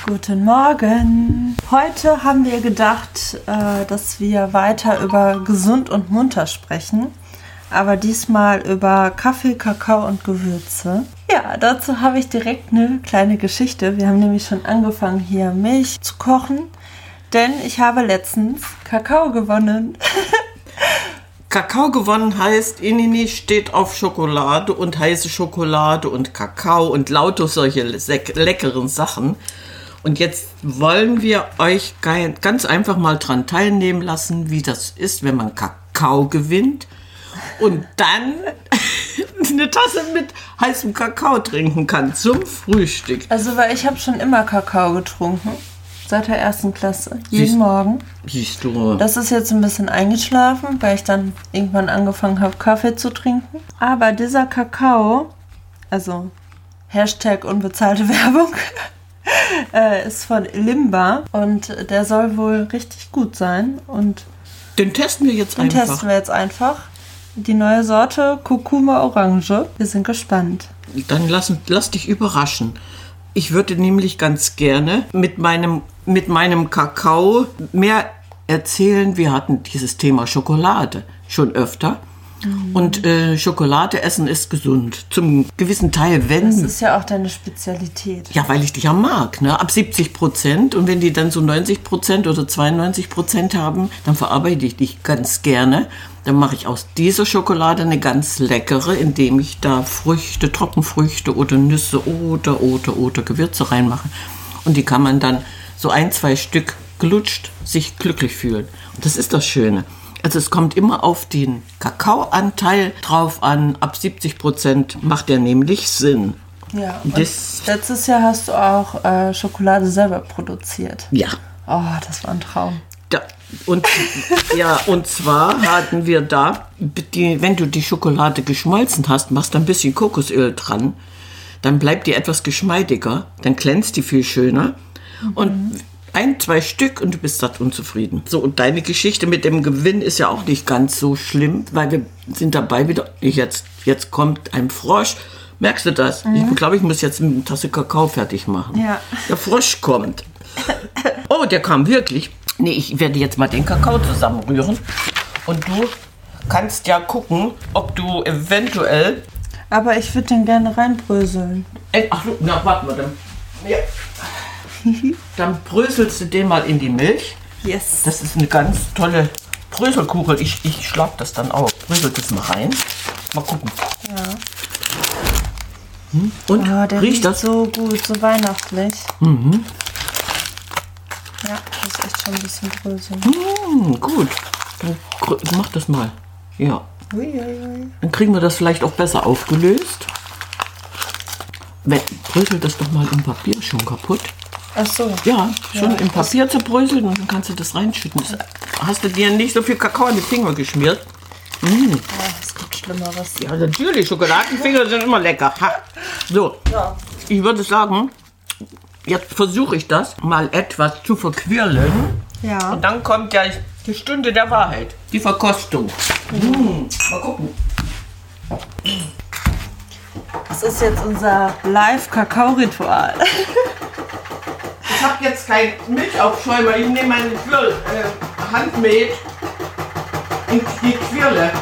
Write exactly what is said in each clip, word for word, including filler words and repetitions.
Guten Morgen. Heute haben wir gedacht, äh, dass wir weiter über gesund und munter sprechen, aber diesmal über Kaffee, Kakao und Gewürze. Ja, dazu habe ich direkt eine kleine Geschichte. Wir haben nämlich schon angefangen, hier Milch zu kochen, denn ich habe letztens Kakao gewonnen. Kakao gewonnen heißt, Inini steht auf Schokolade und heiße Schokolade und Kakao und lauter solche leckeren Sachen. Und jetzt wollen wir euch ganz einfach mal dran teilnehmen lassen, wie das ist, wenn man Kakao gewinnt und dann eine Tasse mit heißem Kakao trinken kann zum Frühstück. Also, weil ich habe schon immer Kakao getrunken, seit der ersten Klasse, jeden Siehst, Morgen. Siehst du. Das ist jetzt ein bisschen eingeschlafen, weil ich dann irgendwann angefangen habe, Kaffee zu trinken. Aber dieser Kakao, also Hashtag unbezahlte Werbung, äh, ist von Limba und der soll wohl richtig gut sein. Und den testen wir jetzt den einfach. Den testen wir jetzt einfach. Die neue Sorte Kurkuma Orange. Wir sind gespannt. Dann lass, lass dich überraschen. Ich würde nämlich ganz gerne mit meinem, mit meinem Kakao mehr erzählen. Wir hatten dieses Thema Schokolade schon öfter. Mhm. Und äh, Schokolade essen ist gesund. Zum gewissen Teil, wenn... Das ist ja auch deine Spezialität. Ja, weil ich dich ja mag. Ne? Ab siebzig Prozent. Und wenn die dann so neunzig Prozent oder zweiundneunzig Prozent haben, dann verarbeite ich dich ganz gerne. Dann mache ich aus dieser Schokolade eine ganz leckere, indem ich da Früchte, Trockenfrüchte oder Nüsse oder, oder, oder Gewürze reinmache. Und die kann man dann so ein, zwei Stück gelutscht sich glücklich fühlen. Und das ist das Schöne. Also es kommt immer auf den Kakaoanteil drauf an. Ab siebzig Prozent macht der nämlich Sinn. Ja, und das letztes Jahr hast du auch äh, Schokolade selber produziert. Ja. Oh, das war ein Traum. Da, und, ja, und zwar hatten wir da, die, wenn du die Schokolade geschmolzen hast, machst du ein bisschen Kokosöl dran, dann bleibt die etwas geschmeidiger, dann glänzt die viel schöner. Mhm. Und ein, zwei Stück und du bist satt und zufrieden. So, und deine Geschichte mit dem Gewinn ist ja auch nicht ganz so schlimm, weil wir sind dabei wieder, jetzt, jetzt kommt ein Frosch. Merkst du das? Mhm. Ich glaube, ich muss jetzt eine Tasse Kakao fertig machen. Ja. Der Frosch kommt. Oh, der kam wirklich. Nee, ich werde jetzt mal den Kakao zusammenrühren. Und du kannst ja gucken, ob du eventuell... Aber ich würde den gerne reinbröseln. Ach, na, warte mal. Dann, ja. Dann bröselst du den mal in die Milch. Yes. Das ist eine ganz tolle Bröselkugel. Ich, ich schlag das dann auf. Brösel das mal rein. Mal gucken. Ja. Hm? Und oh, der riecht riecht das? So gut, so weihnachtlich. Mhm. Ja, das ist echt schon ein bisschen bröseln. Hm, gut. Dann mach das mal. Ja. Ui, ui, ui. Dann kriegen wir das vielleicht auch besser aufgelöst. Wenn, brösel das doch mal im Papier schon kaputt. Ach so. Ja, schon Ja, im Papier zu bröseln und dann kannst du das reinschütten. Das, hast du dir nicht so viel Kakao an die Finger geschmiert? Mm. Ja, es gibt Schlimmeres. Ja, natürlich. Schokoladenfinger sind immer lecker. Ha. So, Ja. Ich würde sagen, jetzt versuche ich das mal etwas zu verquirlen. Ja. Und dann kommt ja die Stunde der Wahrheit, die Verkostung. Mm. Mal gucken. Das ist jetzt unser Live-Kakao-Ritual. Ich habe jetzt keinen Milchaufschäumer. Ich nehme meine Quirl, äh, Handmade in die Quirle.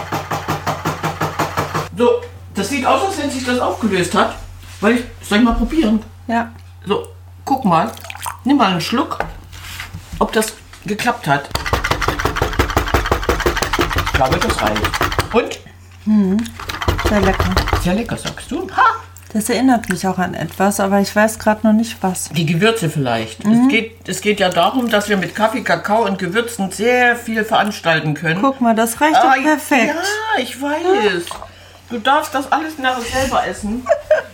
So, das sieht aus, als wenn sich das aufgelöst hat. Weil ich, soll ich mal probieren? Ja. So, guck mal. Nimm mal einen Schluck, ob das geklappt hat. Ich glaube, das reicht. Und? Mhm. Sehr lecker. Sehr lecker, sagst du? Ha! Das erinnert mich auch an etwas, aber ich weiß gerade noch nicht was. Die Gewürze vielleicht. Mhm. Es geht, es geht ja darum, dass wir mit Kaffee, Kakao und Gewürzen sehr viel veranstalten können. Guck mal, das reicht Ah, doch perfekt. Ja, ich weiß. Du darfst das alles nachher selber essen.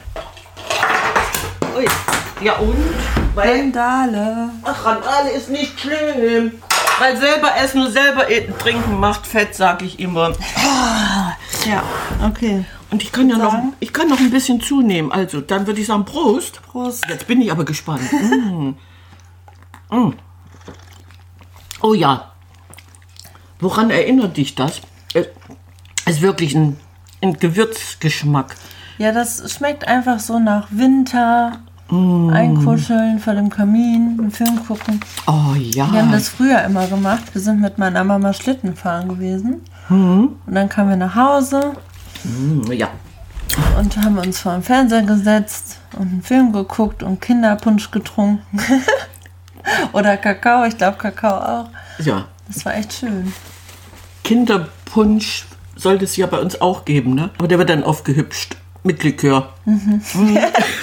Ui. Ja und? Weil, Randale. ach, Randale ist nicht schlimm. Weil selber essen und selber trinken macht fett, sag ich immer. Ja, okay. Und ich kann ja noch, Sagen? ich kann noch ein bisschen zunehmen. Also, dann würde ich sagen, Prost. Prost. Jetzt bin ich aber gespannt. mm. Mm. Oh ja. Woran erinnert dich das? Es ist wirklich ein, ein Gewürzgeschmack. Ja, das schmeckt einfach so nach Winter Mm. Einkuscheln vor dem Kamin, einen Film gucken. Oh ja. Wir haben das früher immer gemacht. Wir sind mit meiner Mama Schlitten fahren gewesen. Mhm. Und dann kamen wir nach Hause. Mm, ja. Und haben uns vor den Fernseher gesetzt und einen Film geguckt und Kinderpunsch getrunken. Oder Kakao, ich glaube Kakao auch. Ja. Das war echt schön. Kinderpunsch sollte es ja bei uns auch geben, ne? Aber der wird dann aufgehübscht mit Likör. Mhm. Mhm.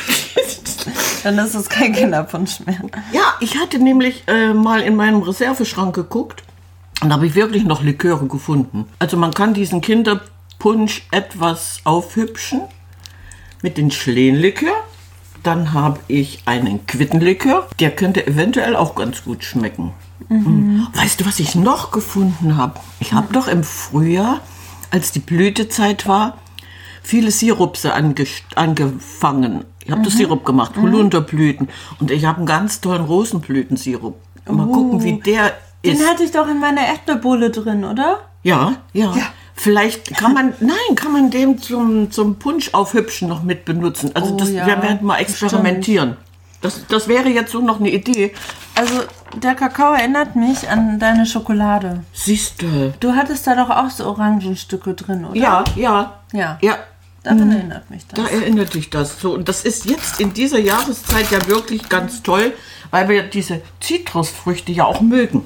Dann ist es kein Kinderpunsch mehr. Ja, ich hatte nämlich äh, mal in meinem Reserveschrank geguckt und da habe ich wirklich noch Liköre gefunden. Also man kann diesen Kinderpunsch etwas aufhübschen mit den Schlehenlikör. Dann habe ich einen Quittenlikör. Der könnte eventuell auch ganz gut schmecken. Mhm. Weißt du, was ich noch gefunden habe? Ich habe mhm. doch im Frühjahr, als die Blütezeit war, viele Sirupse ange- angefangen. Ich habe mhm. das Sirup gemacht, Holunderblüten. Und ich habe einen ganz tollen Rosenblütensirup. Mal uh, gucken, wie der ist. Den hatte ich doch in meiner Erdbeerbohle drin, oder? Ja, ja. ja. Vielleicht kann man, nein, kann man den zum, zum Punsch aufhübschen noch mit benutzen. Also oh, das ja, wir werden mal experimentieren. Das, das wäre jetzt so noch eine Idee. Also der Kakao erinnert mich an deine Schokolade. Siehst du. Du hattest da doch auch so Orangenstücke drin, oder? Ja, ja. Ja. ja. Daran erinnert mich das. Da erinnert dich das so. Und das ist jetzt in dieser Jahreszeit ja wirklich ganz toll, weil wir diese Zitrusfrüchte ja auch mögen.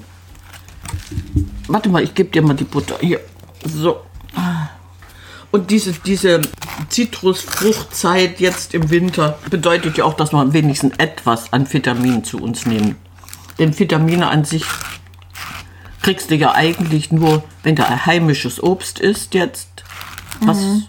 Warte mal, ich gebe dir mal die Butter. Hier. So. Und diese, diese Zitrusfruchtzeit jetzt im Winter bedeutet ja auch, dass wir wenigstens etwas an Vitaminen zu uns nehmen. Denn Vitamine an sich kriegst du ja eigentlich nur, wenn da ein heimisches Obst ist jetzt, was, mhm.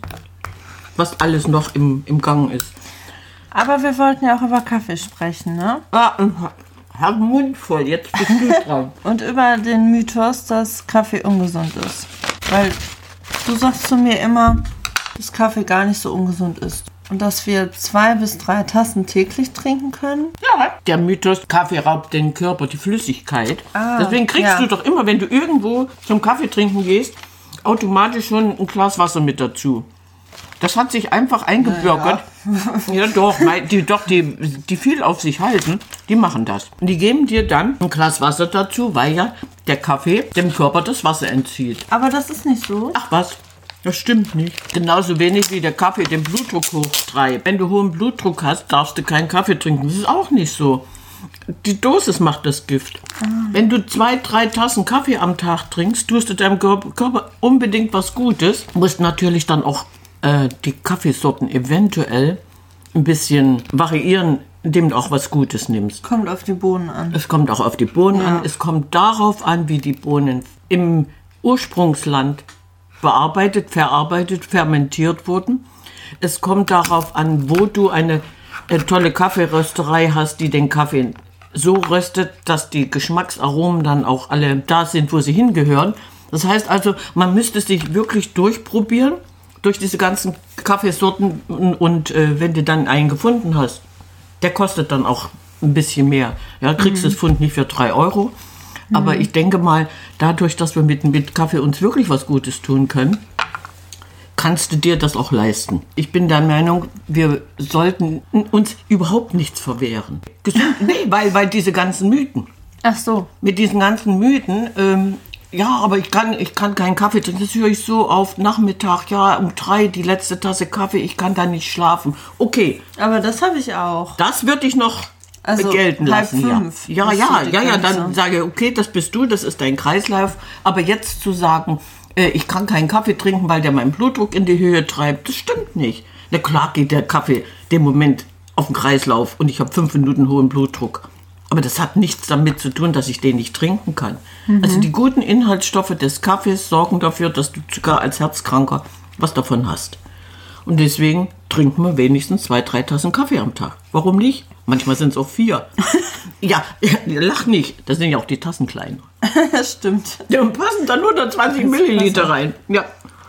was alles noch im, im Gang ist. Aber wir wollten ja auch über Kaffee sprechen, ne? Ah, hab den Mund voll, jetzt bist du dran. Und über den Mythos, dass Kaffee ungesund ist. Weil du sagst zu mir immer, dass Kaffee gar nicht so ungesund ist. Und dass wir zwei bis drei Tassen täglich trinken können. Ja, der Mythos, Kaffee raubt den Körper die Flüssigkeit. Ah, Deswegen kriegst ja. du doch immer, wenn du irgendwo zum Kaffee trinken gehst, automatisch schon ein Glas Wasser mit dazu. Das hat sich einfach eingebürgert. Ja, ja doch, die, doch die, die viel auf sich halten, die machen das. Und die geben dir dann ein Glas Wasser dazu, weil ja der Kaffee dem Körper das Wasser entzieht. Aber das ist nicht so. Ach was, das stimmt nicht. Genauso wenig wie der Kaffee den Blutdruck hochtreibt. Wenn du hohen Blutdruck hast, darfst du keinen Kaffee trinken. Das ist auch nicht so. Die Dosis macht das Gift. Ah. Wenn du zwei, drei Tassen Kaffee am Tag trinkst, tust du deinem Körper unbedingt was Gutes. Du musst natürlich dann auch die Kaffeesorten eventuell ein bisschen variieren, indem du auch was Gutes nimmst. Kommt auf die Bohnen an. Es kommt auch auf die Bohnen ja. an. Es kommt darauf an, wie die Bohnen im Ursprungsland bearbeitet, verarbeitet, fermentiert wurden. Es kommt darauf an, wo du eine, eine tolle Kaffeerösterei hast, die den Kaffee so röstet, dass die Geschmacksaromen dann auch alle da sind, wo sie hingehören. Das heißt also, man müsste sich wirklich durchprobieren durch diese ganzen Kaffeesorten und, und äh, wenn du dann einen gefunden hast, der kostet dann auch ein bisschen mehr. Ja, kriegst mhm. das Pfund nicht für drei Euro. Mhm. Aber ich denke mal, dadurch, dass wir mit, mit Kaffee uns wirklich was Gutes tun können, kannst du dir das auch leisten. Ich bin der Meinung, wir sollten uns überhaupt nichts verwehren. Gesund, nee, weil, weil diese ganzen Mythen. Ach so. Mit diesen ganzen Mythen, ähm, ja, aber ich kann, ich kann keinen Kaffee trinken. Das höre ich so auf Nachmittag, ja, um drei die letzte Tasse Kaffee, ich kann da nicht schlafen. Okay. Aber das habe ich auch. Das würde ich noch also gelten halb lassen. Fünf, ja, ja, ja, ja, ja, dann sage ich, okay, das bist du, das ist dein Kreislauf. Aber jetzt zu sagen, äh, ich kann keinen Kaffee trinken, weil der meinen Blutdruck in die Höhe treibt, das stimmt nicht. Na klar geht der Kaffee dem Moment auf den Kreislauf und ich habe fünf Minuten hohen Blutdruck. Aber das hat nichts damit zu tun, dass ich den nicht trinken kann. Mhm. Also die guten Inhaltsstoffe des Kaffees sorgen dafür, dass du sogar als Herzkranker was davon hast. Und deswegen trinken wir wenigstens zwei, drei Tassen Kaffee am Tag. Warum nicht? Manchmal sind es auch vier. ja, lach nicht. Da sind ja auch die Tassen kleiner. Das stimmt. Ja, und passen dann nur zwanzig Milliliter rein. Ja.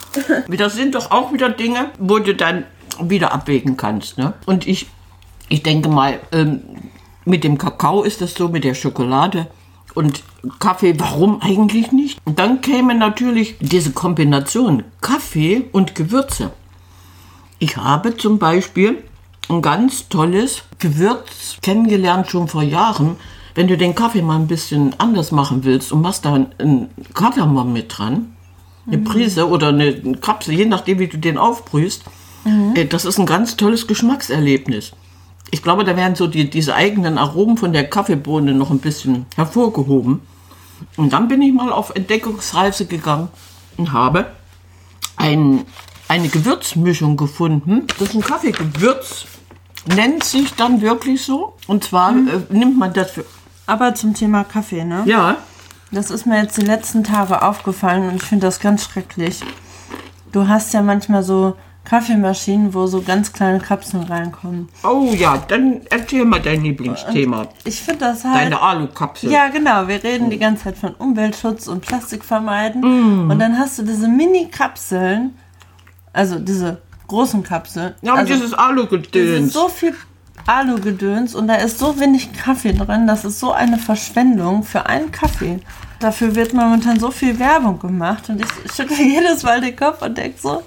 Das sind doch auch wieder Dinge, wo du dann wieder abwägen kannst. Ne? Und ich, ich denke mal, ähm, mit dem Kakao ist das so, mit der Schokolade und Kaffee, warum eigentlich nicht? Und dann käme natürlich diese Kombination Kaffee und Gewürze. Ich habe zum Beispiel ein ganz tolles Gewürz kennengelernt schon vor Jahren. Wenn du den Kaffee mal ein bisschen anders machen willst und machst da einen Kardamom mit dran, eine mhm. Prise oder eine Kapsel, je nachdem, wie du den aufbrühst, mhm. das ist ein ganz tolles Geschmackserlebnis. Ich glaube, da werden so die, diese eigenen Aromen von der Kaffeebohne noch ein bisschen hervorgehoben. Und dann bin ich mal auf Entdeckungsreise gegangen und habe ein, eine Gewürzmischung gefunden. Das ist ein Kaffeegewürz, nennt sich dann wirklich so. Und zwar mhm. äh, nimmt man das für... Aber zum Thema Kaffee, ne? Ja. Das ist mir jetzt die letzten Tage aufgefallen und ich finde das ganz schrecklich. Du hast ja manchmal so Kaffeemaschinen, wo so ganz kleine Kapseln reinkommen. Oh ja, dann erzähl mal dein Lieblingsthema. Und ich finde das halt... Deine Alukapsel. Ja, genau. Wir reden die ganze Zeit von Umweltschutz und Plastik vermeiden. Mm. Und dann hast du diese Mini-Kapseln, also diese großen Kapseln. Ja, und also dieses Alugedöns. So viel Alugedöns und da ist so wenig Kaffee drin. Das ist so eine Verschwendung für einen Kaffee. Dafür wird momentan so viel Werbung gemacht und ich schüttle jedes Mal den Kopf und denke so,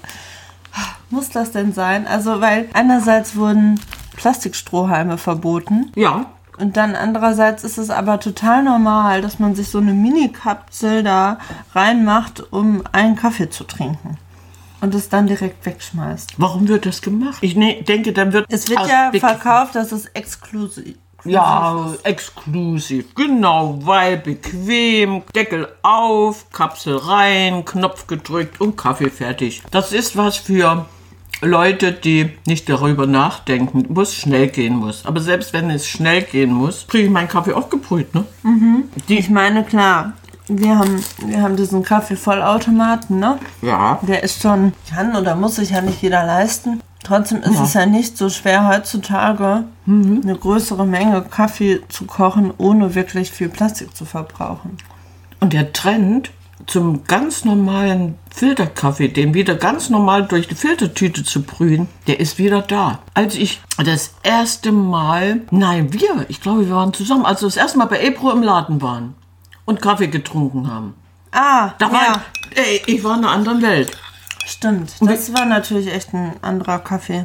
muss das denn sein? Also, weil einerseits wurden Plastikstrohhalme verboten. Ja. Und dann andererseits ist es aber total normal, dass man sich so eine Mini-Kapsel da reinmacht, um einen Kaffee zu trinken. Und es dann direkt wegschmeißt. Warum wird das gemacht? Ich ne, denke, dann wird... Es wird ja verkauft, dass es exklusiv Ja, exklusiv. Genau, weil bequem, Deckel auf, Kapsel rein, Knopf gedrückt und Kaffee fertig. Das ist was für Leute, die nicht darüber nachdenken, wo es schnell gehen muss. Aber selbst wenn es schnell gehen muss, kriege ich meinen Kaffee auch gebrüht, ne? Mhm. Die, ich meine, klar, wir haben, wir haben diesen Kaffeevollautomaten, ne? Ja. Der ist schon, kann oder muss sich ja nicht jeder leisten. Trotzdem ist ja. es ja nicht so schwer heutzutage, mhm. eine größere Menge Kaffee zu kochen, ohne wirklich viel Plastik zu verbrauchen. Und der Trend zum ganz normalen Filterkaffee, den wieder ganz normal durch die Filtertüte zu brühen, der ist wieder da. Als ich das erste Mal, nein, wir, ich glaube, wir waren zusammen, als wir das erste Mal bei Ebro im Laden waren und Kaffee getrunken haben. Ah, da war ja. ich, ey, ich war in einer anderen Welt. Stimmt, das war natürlich echt ein anderer Kaffee.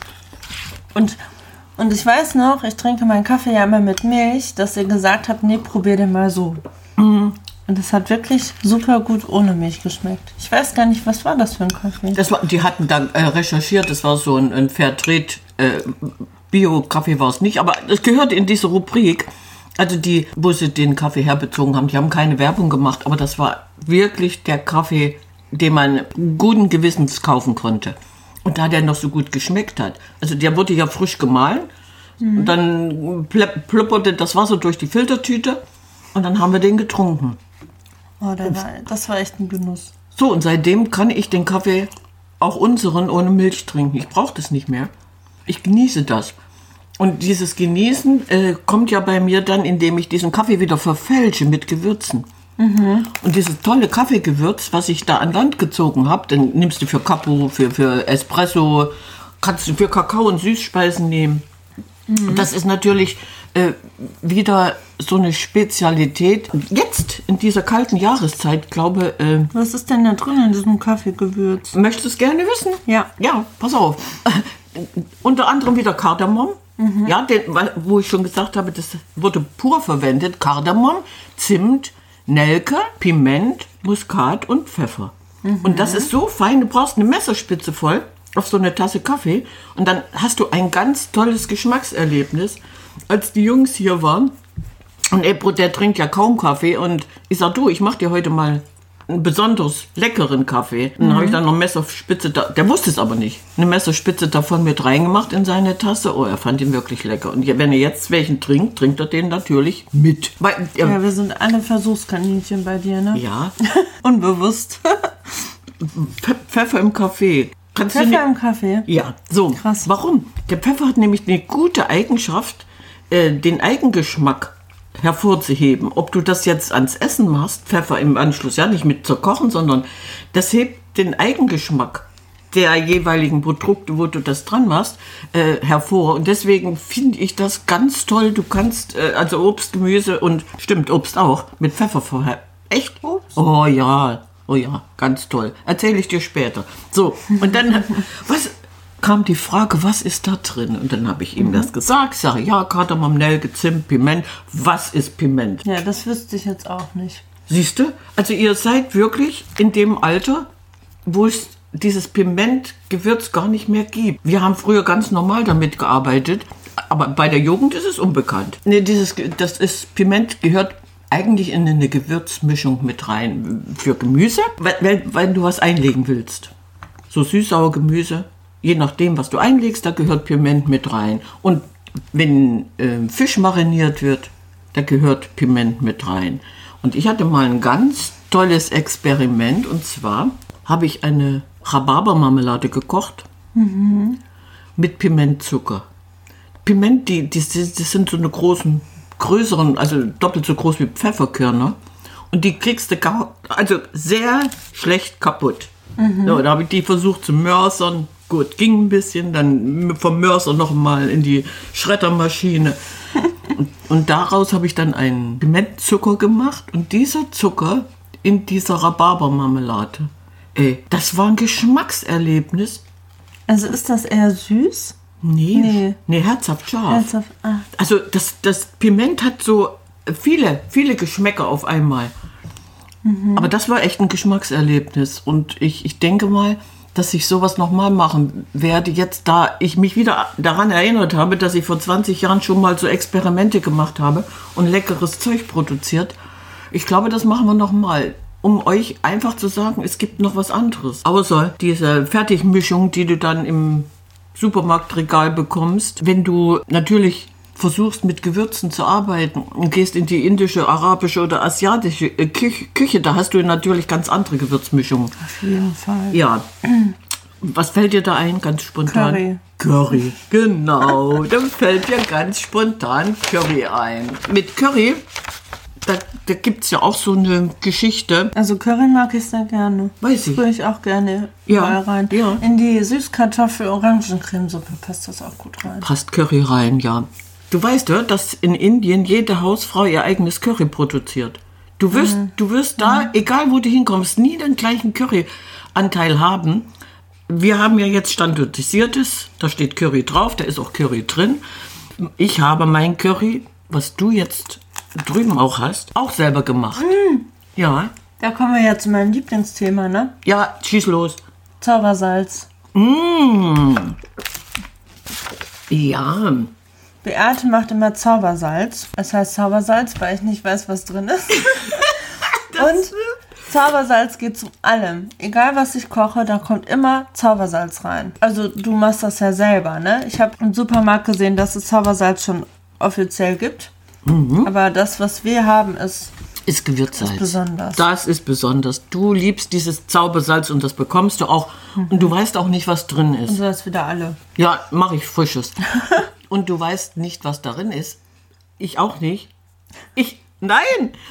Und, und ich weiß noch, ich trinke meinen Kaffee ja immer mit Milch, dass ihr gesagt habt, nee, probier den mal so. Mhm. Und es hat wirklich super gut ohne Milch geschmeckt. Ich weiß gar nicht, was war das für ein Kaffee? Das war, die hatten dann äh, recherchiert, das war so ein, ein Fairtrade, äh, Bio-Kaffee war es nicht, aber es gehörte in diese Rubrik. Also die, wo sie den Kaffee herbezogen haben, die haben keine Werbung gemacht, aber das war wirklich der Kaffee, den man guten Gewissens kaufen konnte. Und da der noch so gut geschmeckt hat. Also der wurde ja frisch gemahlen. Mhm. Und dann plupperte das Wasser durch die Filtertüte. Und dann haben wir den getrunken. Oh, der war, das war echt ein Genuss. So, und seitdem kann ich den Kaffee, auch unseren, ohne Milch trinken. Ich brauche das nicht mehr. Ich genieße das. Und dieses Genießen äh, kommt ja bei mir dann, indem ich diesen Kaffee wieder verfälsche mit Gewürzen. Mhm. Und dieses tolle Kaffeegewürz, was ich da an Land gezogen habe, dann nimmst du für Capo, für, für Espresso, kannst du für Kakao und Süßspeisen nehmen. Mhm. Das ist natürlich äh, wieder so eine Spezialität. Jetzt, in dieser kalten Jahreszeit, glaube ich... Äh, was ist denn da drin in diesem Kaffeegewürz? Möchtest du es gerne wissen? Ja. Ja, pass auf. Unter anderem wieder Kardamom. Mhm. Ja, den, wo ich schon gesagt habe, das wurde pur verwendet. Kardamom, Zimt, Nelke, Piment, Muskat und Pfeffer. Mhm. Und das ist so fein, du brauchst eine Messerspitze voll auf so eine Tasse Kaffee und dann hast du ein ganz tolles Geschmackserlebnis. Als die Jungs hier waren, und Ebro, der trinkt ja kaum Kaffee und ich sag, du, ich mach dir heute mal einen besonders leckeren Kaffee. Dann mhm. habe ich dann noch Messerspitze, da, der wusste es aber nicht, eine Messerspitze davon mit reingemacht in seine Tasse. Oh, er fand ihn wirklich lecker. Und wenn er jetzt welchen trinkt, trinkt er den natürlich mit. Weil, äh, ja, wir sind alle Versuchskaninchen bei dir, ne? Ja. Unbewusst. Pfeffer im Kaffee. Kannst Pfeffer du im Kaffee? Ja, so. Krass. Warum? Der Pfeffer hat nämlich eine gute Eigenschaft, äh, den Eigengeschmack hervorzuheben. Ob du das jetzt ans Essen machst, Pfeffer im Anschluss, ja, nicht mit zu kochen, sondern das hebt den Eigengeschmack der jeweiligen Produkte, wo du das dran machst, äh, hervor. Und deswegen finde ich das ganz toll. Du kannst, äh, also Obst, Gemüse und, stimmt, Obst auch, mit Pfeffer vorher. Echt? Obst? Oh ja, oh ja, ganz toll. Erzähle ich dir später. So, und dann, was, kam die Frage, was ist da drin? Und dann habe ich ihm mhm. das gesagt. Ich sage, ja, Kardamom, Nelke, Zimt, Piment. Was ist Piment? Ja, das wüsste ich jetzt auch nicht. Siehst du? Also ihr seid wirklich in dem Alter, wo es dieses Pimentgewürz gar nicht mehr gibt. Wir haben früher ganz normal damit gearbeitet, aber bei der Jugend ist es unbekannt. Nee, dieses, das ist, Piment gehört eigentlich in eine Gewürzmischung mit rein für Gemüse, weil, weil, weil du was einlegen willst. So süß-sauer Gemüse, je nachdem, was du einlegst, da gehört Piment mit rein. Und wenn äh, Fisch mariniert wird, da gehört Piment mit rein. Und ich hatte mal ein ganz tolles Experiment, und zwar habe ich eine Rhabarbermarmelade gekocht mhm. mit Pimentzucker. Piment, die, die, die sind so eine großen, größeren, also doppelt so groß wie Pfefferkörner. Und die kriegst du gar, also sehr schlecht kaputt. Mhm. So, da habe ich die versucht zu mörsern. Gut, ging ein bisschen. Dann vom Mörser noch mal in die Schreddermaschine. und, und daraus habe ich dann einen Pimentzucker gemacht. Und dieser Zucker in dieser Rhabarbermarmelade. Ey, das war ein Geschmackserlebnis. Also ist das eher süß? Nee, nee, nee herzhaft scharf. Herzhaft, ah. Also das, das Piment hat so viele, viele Geschmäcker auf einmal. Mhm. Aber das war echt ein Geschmackserlebnis. Und ich, ich denke mal, dass ich sowas nochmal machen werde, jetzt da ich mich wieder daran erinnert habe, dass ich vor zwanzig Jahren schon mal so Experimente gemacht habe und leckeres Zeug produziert. Ich glaube, das machen wir nochmal. Um euch einfach zu sagen, es gibt noch was anderes. Außer diese Fertigmischung, die du dann im Supermarktregal bekommst. Wenn du natürlich versuchst, mit Gewürzen zu arbeiten und gehst in die indische, arabische oder asiatische Küche, Küche, da hast du natürlich ganz andere Gewürzmischungen. Auf jeden Fall. Ja. Was fällt dir da ein, ganz spontan? Curry. Curry, genau. Dann fällt dir ganz spontan Curry ein. Mit Curry... Da, da gibt es ja auch so eine Geschichte. Also Curry mag ich sehr gerne. Weiß ich. Das ich auch gerne ja, mal rein. Ja. In die Süßkartoffel-Orangencremesuppe passt das auch gut rein. Passt Curry rein, ja. Du weißt ja, dass in Indien jede Hausfrau ihr eigenes Curry produziert. Du wirst, mhm. du wirst da, mhm. egal wo du hinkommst, nie den gleichen Curry-Anteil haben. Wir haben ja jetzt standardisiertes, da steht Curry drauf, da ist auch Curry drin. Ich habe mein Curry, was du jetzt drüben auch hast, auch selber gemacht. Mm. Ja. Da kommen wir ja zu meinem Lieblingsthema, ne? Ja, schieß los. Zaubersalz. Mm. Ja. Beate macht immer Zaubersalz. Es heißt Zaubersalz, weil ich nicht weiß, was drin ist. Und Zaubersalz geht zu allem. Egal, was ich koche, da kommt immer Zaubersalz rein. Also du machst das ja selber, ne? Ich habe im Supermarkt gesehen, dass es Zaubersalz schon offiziell gibt. Mhm. Aber das, was wir haben, ist, ist Gewürzsalz. Ist besonders. Das ist besonders. Du liebst dieses Zaubersalz und das bekommst du auch. Mhm. Und du weißt auch nicht, was drin ist. Und so ist wieder alle. Ja, mache ich Frisches. Und du weißt nicht, was darin ist. Ich auch nicht. Ich, nein!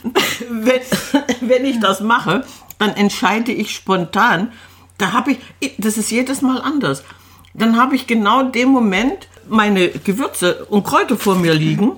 wenn, wenn ich das mache, dann entscheide ich spontan. Da habe ich, das ist jedes Mal anders. Dann habe ich genau in dem Moment meine Gewürze und Kräuter vor mir liegen.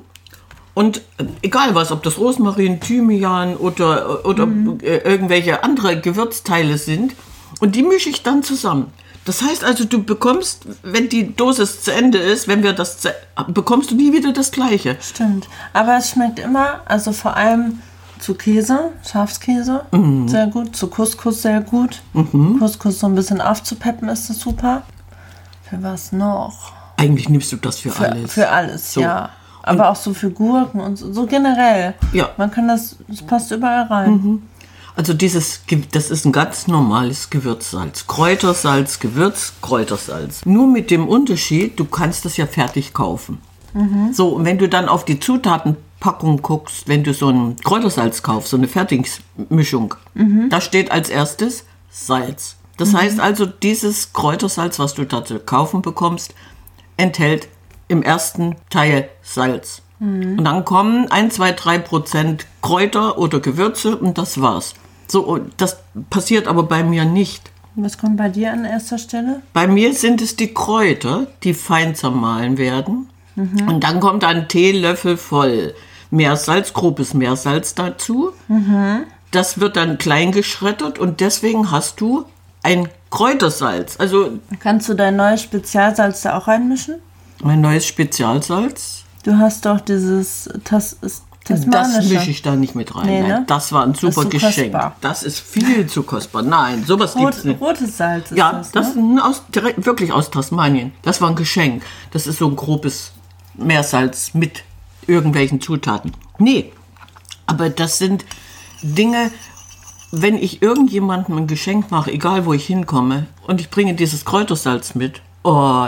Und egal was, ob das Rosmarin, Thymian oder, oder mhm. irgendwelche andere Gewürzteile sind, und die mische ich dann zusammen. Das heißt also, du bekommst, wenn die Dosis zu Ende ist, wenn wir das zu, bekommst du nie wieder das Gleiche. Stimmt, aber es schmeckt immer, also vor allem zu Käse, Schafskäse, mhm. sehr gut, zu Couscous sehr gut. Mhm. Couscous so ein bisschen aufzupeppen ist das super. Für was noch? Eigentlich nimmst du das für, für alles. Für alles, so. Ja. Aber auch so für Gurken und so, so generell. Ja. Man kann das, das passt überall rein. Mhm. Also dieses, das ist ein ganz normales Gewürzsalz. Kräutersalz, Gewürz, Kräutersalz. Nur mit dem Unterschied, du kannst das ja fertig kaufen. Mhm. So, und wenn du dann auf die Zutatenpackung guckst, wenn du so ein Kräutersalz kaufst, so eine Fertigmischung, mhm. da steht als erstes Salz. Das mhm. heißt also, dieses Kräutersalz, was du dazu kaufen bekommst, enthält im ersten Teil Salz. Mhm. Und dann kommen ein, zwei, drei Prozent Kräuter oder Gewürze und das war's. So, das passiert aber bei mir nicht. Was kommt bei dir an erster Stelle? Bei mir sind es die Kräuter, die fein zermahlen werden. Mhm. Und dann kommt ein Teelöffel voll Meersalz, grobes Meersalz dazu. Mhm. Das wird dann klein geschreddert und deswegen hast du ein Kräutersalz. Also Kannst du dein neues Spezialsalz da auch reinmischen? mein neues Spezialsalz. Du hast doch dieses Tas Tasmanische. Das mische ich da nicht mit rein. Nee, Nein, ne? das war ein super Das ist zu Geschenk. kostbar. Das ist viel zu kostbar. Nein, sowas Rot, gibt's nicht. rotes Salz ist Ja, das, das ne? ist aus, direkt, wirklich aus Tasmanien. Das war ein Geschenk. Das ist so ein grobes Meersalz mit irgendwelchen Zutaten. Nee, aber das sind Dinge, wenn ich irgendjemandem ein Geschenk mache, egal wo ich hinkomme, und ich bringe dieses Kräutersalz mit, oh,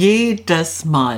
jedes Mal.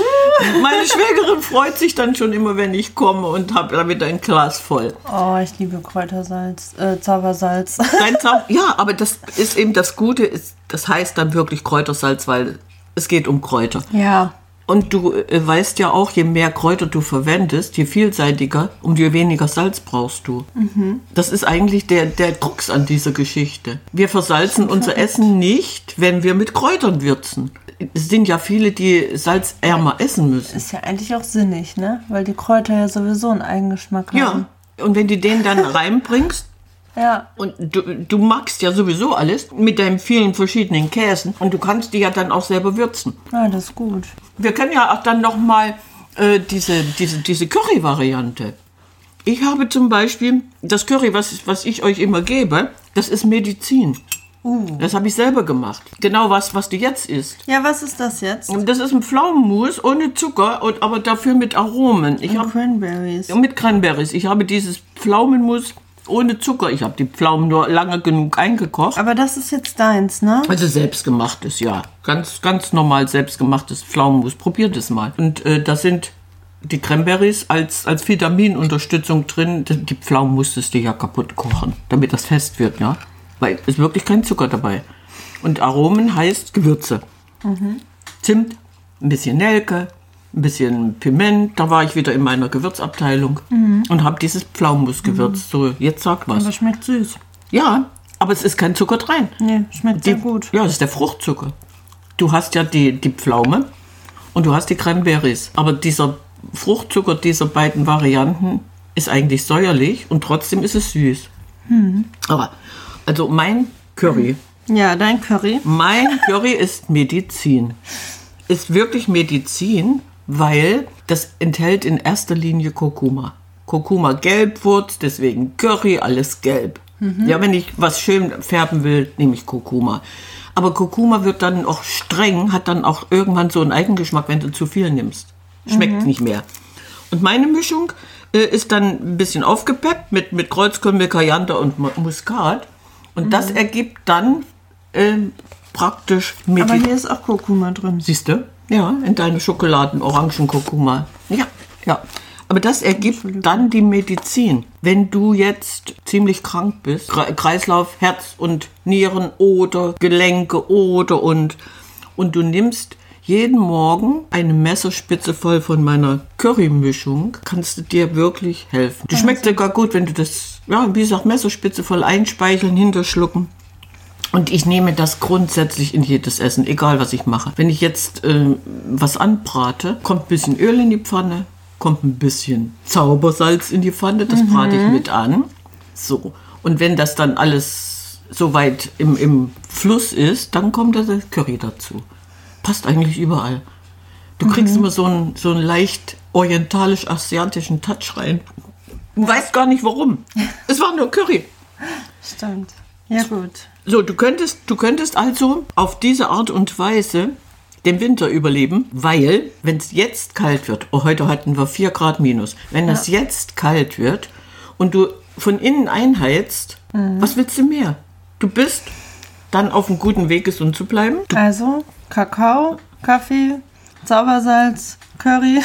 Meine Schwägerin freut sich dann schon immer, wenn ich komme und habe damit ein Glas voll. Oh, ich liebe Kräutersalz, äh, Zaubersalz. Dein Zau- ja, aber das ist eben das Gute, ist, das heißt dann wirklich Kräutersalz, weil es geht um Kräuter. Ja. Und du äh, weißt ja auch, je mehr Kräuter du verwendest, je vielseitiger, umso weniger Salz brauchst du. Mhm. Das ist eigentlich der, der Krux an dieser Geschichte. Wir versalzen unser Essen nicht, wenn wir mit Kräutern würzen. Es sind ja viele, die salzärmer essen müssen. Ist ja eigentlich auch sinnig, ne? Weil die Kräuter ja sowieso einen Eigengeschmack haben. Ja, und wenn du den dann reinbringst, Ja. und du, du magst ja sowieso alles mit deinen vielen verschiedenen Käsen und du kannst die ja dann auch selber würzen. Ja, das ist gut. Wir können ja auch dann nochmal äh, diese, diese, diese Curry-Variante. Ich habe zum Beispiel das Curry, was, was ich euch immer gebe, das ist Medizin. Uh. Das habe ich selber gemacht. Genau was, was du jetzt isst. Ja, was ist das jetzt? Und das ist ein Pflaumenmus ohne Zucker, und, aber dafür mit Aromen. Ich Und hab, Cranberries. mit Cranberries. Ich habe dieses Pflaumenmus ohne Zucker. Ich habe die Pflaumen nur lange genug eingekocht. Aber das ist jetzt deins, ne? Also selbstgemachtes, ja. Ganz, ganz normal selbstgemachtes Pflaumenmus. Probiert es mal. Und äh, da sind die Cranberries als, als Vitaminunterstützung drin. Die die Pflaumen musstest du ja kaputt kochen, damit das fest wird, ja. Weil es ist wirklich kein Zucker dabei. Und Aromen heißt Gewürze. Mhm. Zimt, ein bisschen Nelke, ein bisschen Piment. Da war ich wieder in meiner Gewürzabteilung mhm. und habe dieses Pflaumenmus gewürzt. Mhm. So, jetzt sag was. Aber schmeckt süß. Ja, aber es ist kein Zucker drin. Nee, schmeckt Die, sehr gut. Ja, das ist der Fruchtzucker. Du hast ja die, die Pflaume und du hast die Cranberries. Aber dieser Fruchtzucker dieser beiden Varianten ist eigentlich säuerlich und trotzdem ist es süß. Mhm. Aber, also mein Curry, Ja, dein Curry. mein Curry ist Medizin. Ist wirklich Medizin, weil das enthält in erster Linie Kurkuma. Kurkuma Gelbwurz, deswegen Curry, alles gelb. Mhm. Ja, wenn ich was schön färben will, nehme ich Kurkuma. Aber Kurkuma wird dann auch streng, hat dann auch irgendwann so einen Eigengeschmack, wenn du zu viel nimmst. Schmeckt mhm. nicht mehr. Und meine Mischung äh, ist dann ein bisschen aufgepeppt mit, mit Kreuzkümmel, Koriander und Muskat. Und mhm. das ergibt dann äh, praktisch Medizin. Aber hier ist auch Kurkuma drin. Siehst du? Ja, in deine Schokoladen-Orangen-Kurkuma. Ja, ja. Aber das ergibt dann die Medizin. Wenn du jetzt ziemlich krank bist, Kreislauf, Herz und Nieren oder Gelenke oder und, und du nimmst jeden Morgen eine Messerspitze voll von meiner Currymischung, kannst du dir wirklich helfen. Die schmeckt sogar gut, wenn du das, ja, wie gesagt, Messerspitze voll einspeicheln, hinterschlucken. Und ich nehme das grundsätzlich in jedes Essen, egal was ich mache. Wenn ich jetzt äh, was anbrate, kommt ein bisschen Öl in die Pfanne, kommt ein bisschen Zaubersalz in die Pfanne, das mhm. brate ich mit an. So. Und wenn das dann alles soweit im, im Fluss ist, dann kommt das Curry dazu. Passt eigentlich überall. Du kriegst mhm. immer so einen, so einen leicht orientalisch-asiatischen Touch rein. Du weißt gar nicht warum. Es war nur Curry. Stimmt. Ja, gut. So, du könntest, du könntest also auf diese Art und Weise den Winter überleben, weil, wenn es jetzt kalt wird, oh, heute hatten wir vier Grad minus, wenn ja. es jetzt kalt wird und du von innen einheizt, mhm. was willst du mehr? Du bist dann auf einem guten Weg, gesund zu bleiben. Du also Kakao, Kaffee, Zaubersalz, Curry.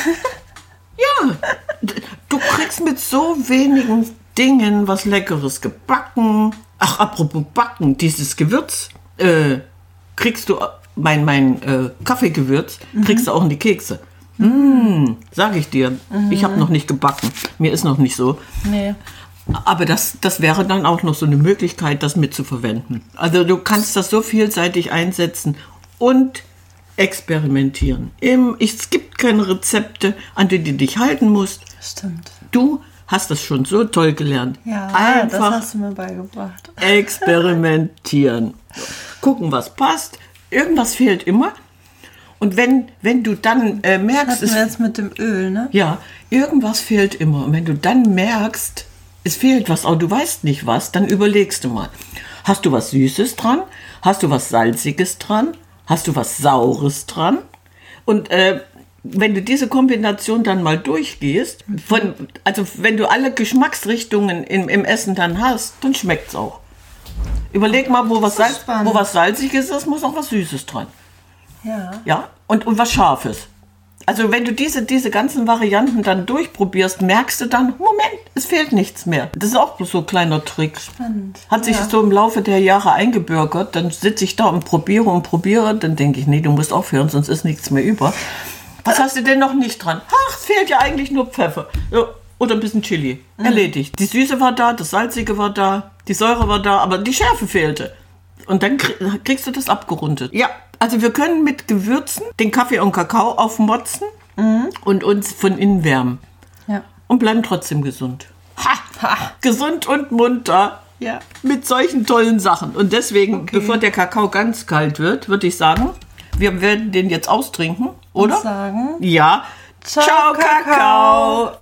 Ja, du kriegst mit so wenigen Dingen was Leckeres gebacken. Ach, apropos Backen, dieses Gewürz äh, kriegst du, mein, mein äh, Kaffeegewürz, mhm. kriegst du auch in die Kekse. Mhm. Sag ich dir. Mhm. Ich habe noch nicht gebacken. Mir ist noch nicht so. Nee. Aber das, das wäre dann auch noch so eine Möglichkeit, das mitzuverwenden. Also du kannst das so vielseitig einsetzen und experimentieren. Im, es gibt keine Rezepte, an die du dich halten musst. Stimmt. Du hast das schon so toll gelernt. Ja, einfach das hast du mir beigebracht. Experimentieren. gucken, was passt. Irgendwas fehlt immer. Und wenn, wenn du dann äh, merkst... Das hatten wir jetzt mit dem Öl, ne? Ja, irgendwas fehlt immer. Und wenn du dann merkst, es fehlt was, aber du weißt nicht was, dann überlegst du mal. Hast du was Süßes dran? Hast du was Salziges dran? Hast du was Saures dran? Und äh, wenn du diese Kombination dann mal durchgehst, von, also wenn du alle Geschmacksrichtungen im, im Essen dann hast, dann schmeckt es auch. Überleg mal, wo was, Salz, wo was Salziges ist, muss auch was Süßes dran. Ja. Ja, und, und was Scharfes. Also wenn du diese, diese ganzen Varianten dann durchprobierst, merkst du dann, Moment, es fehlt nichts mehr. Das ist auch so ein kleiner Trick. Spannend. Hat sich Ja. so im Laufe der Jahre eingebürgert, dann sitze ich da und probiere und probiere, dann denke ich, nee, du musst aufhören, sonst ist nichts mehr über. Was hast du denn noch nicht dran? Ach, es fehlt ja eigentlich nur Pfeffer. Ja, oder ein bisschen Chili. Mhm. Erledigt. Die Süße war da, das Salzige war da, die Säure war da, aber die Schärfe fehlte. Und dann kriegst du das abgerundet. Ja, also wir können mit Gewürzen den Kaffee und Kakao aufmotzen mhm. und uns von innen wärmen. Ja. Und bleiben trotzdem gesund. Ha! Ha. Gesund und munter. Ja. Mit solchen tollen Sachen. Und deswegen, Okay. bevor der Kakao ganz kalt wird, würde ich sagen, wir werden den jetzt austrinken, oder? Und sagen, Ja. Ciao, Ciao, Kakao.